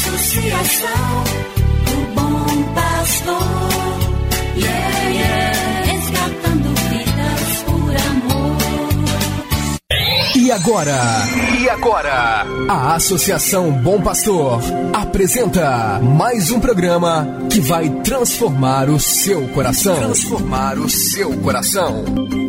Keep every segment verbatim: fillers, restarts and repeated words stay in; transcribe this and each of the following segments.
Associação do Bom Pastor, yeah, yeah, resgatando vidas por amor. E agora, e agora, a Associação Bom Pastor apresenta mais um programa que vai transformar o seu coração. Transformar o seu coração.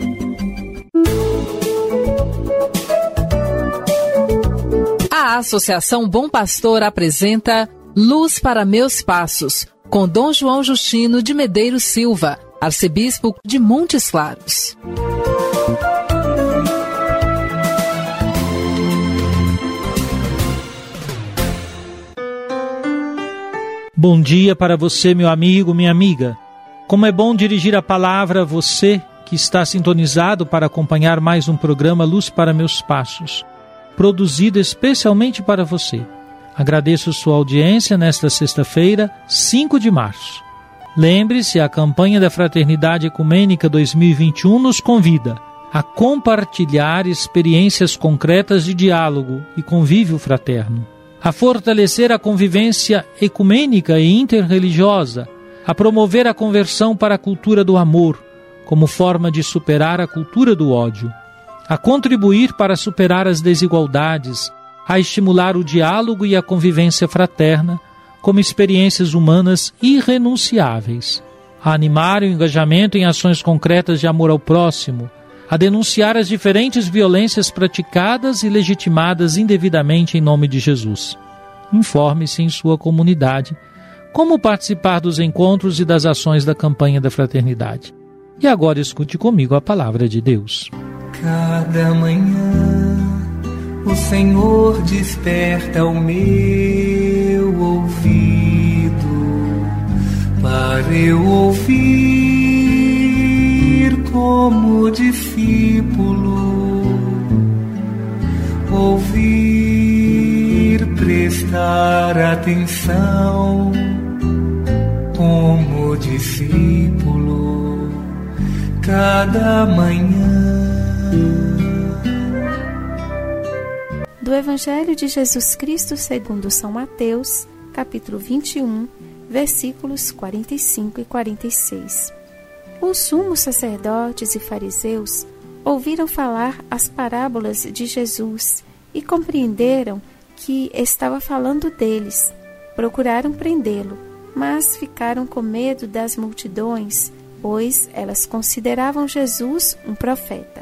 A Associação Bom Pastor apresenta Luz para Meus Passos, com Dom João Justino de Medeiros Silva, arcebispo de Montes Claros. Bom dia para você, meu amigo, minha amiga. Como é bom dirigir a palavra a você que está sintonizado para acompanhar mais um programa Luz para Meus Passos, produzido especialmente para você. Agradeço sua audiência nesta sexta-feira, cinco de março. Lembre-se, a campanha da Fraternidade Ecumênica dois mil e vinte e um nos convida a compartilhar experiências concretas de diálogo e convívio fraterno, a fortalecer a convivência ecumênica e interreligiosa, a promover a conversão para a cultura do amor, como forma de superar a cultura do ódio, a contribuir para superar as desigualdades, a estimular o diálogo e a convivência fraterna como experiências humanas irrenunciáveis, a animar o engajamento em ações concretas de amor ao próximo, a denunciar as diferentes violências praticadas e legitimadas indevidamente em nome de Jesus. Informe-se em sua comunidade como participar dos encontros e das ações da campanha da fraternidade. E agora escute comigo a palavra de Deus. Cada manhã o Senhor desperta o meu ouvido para eu ouvir como discípulo, ouvir, prestar atenção como discípulo, cada manhã. Do Evangelho de Jesus Cristo segundo São Mateus, capítulo vinte e um, versículos quarenta e cinco e quarenta e seis. Os sumos sacerdotes e fariseus ouviram falar as parábolas de Jesus e compreenderam que estava falando deles. Procuraram prendê-lo, mas ficaram com medo das multidões, pois elas consideravam Jesus um profeta.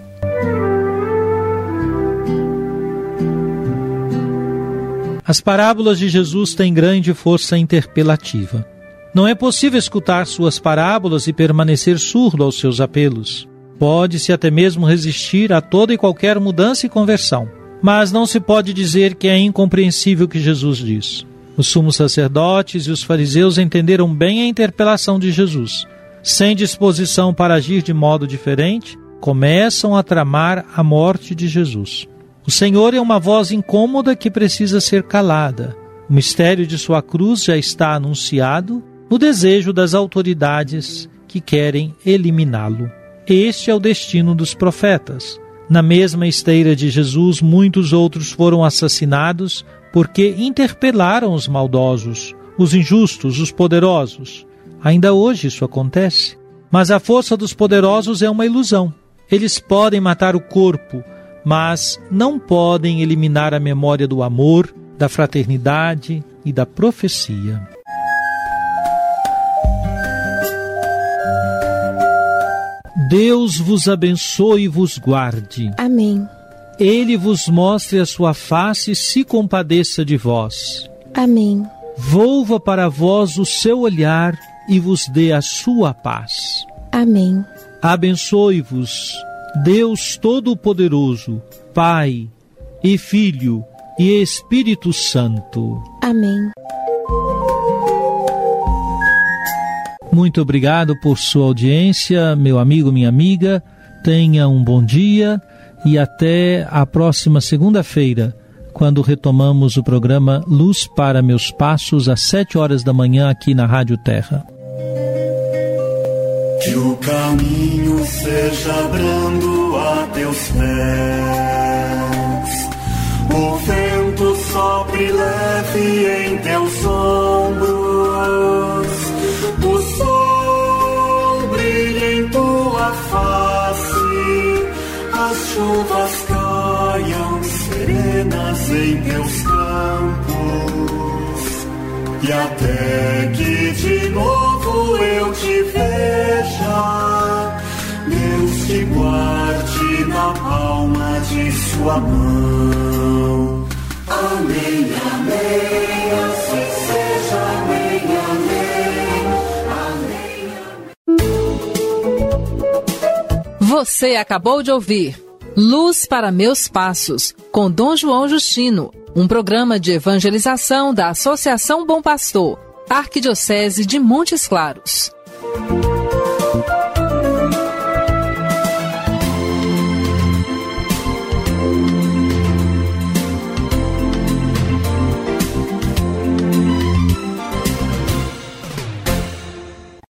As parábolas de Jesus têm grande força interpelativa. Não é possível escutar suas parábolas e permanecer surdo aos seus apelos. Pode-se até mesmo resistir a toda e qualquer mudança e conversão. Mas não se pode dizer que é incompreensível o que Jesus diz. Os sumos sacerdotes e os fariseus entenderam bem a interpelação de Jesus. Sem disposição para agir de modo diferente, começam a tramar a morte de Jesus. O Senhor é uma voz incômoda que precisa ser calada. O mistério de sua cruz já está anunciado no desejo das autoridades que querem eliminá-lo. Este é o destino dos profetas. Na mesma esteira de Jesus, muitos outros foram assassinados porque interpelaram os maldosos, os injustos, os poderosos. Ainda hoje isso acontece. Mas a força dos poderosos é uma ilusão. Eles podem matar o corpo, mas não podem eliminar a memória do amor, da fraternidade e da profecia. Deus vos abençoe e vos guarde. Amém. Ele vos mostre a sua face e se compadeça de vós. Amém. Volva para vós o seu olhar e vos dê a sua paz. Amém. Abençoe-vos Deus Todo-Poderoso, Pai e Filho e Espírito Santo. Amém. Muito obrigado por sua audiência, meu amigo, minha amiga. Tenha um bom dia e até a próxima segunda-feira, quando retomamos o programa Luz para Meus Passos, às sete horas da manhã, aqui na Rádio Terra. Que o caminho seja brando a teus pés, o vento sopre leve em teus olhos. e até que de novo eu te veja, Deus te guarde na palma de sua mão. Amém, amém, assim seja, amém, amém, amém. Você acabou de ouvir Luz para Meus Passos, com Dom João Justino, um programa de evangelização da Associação Bom Pastor, Arquidiocese de Montes Claros.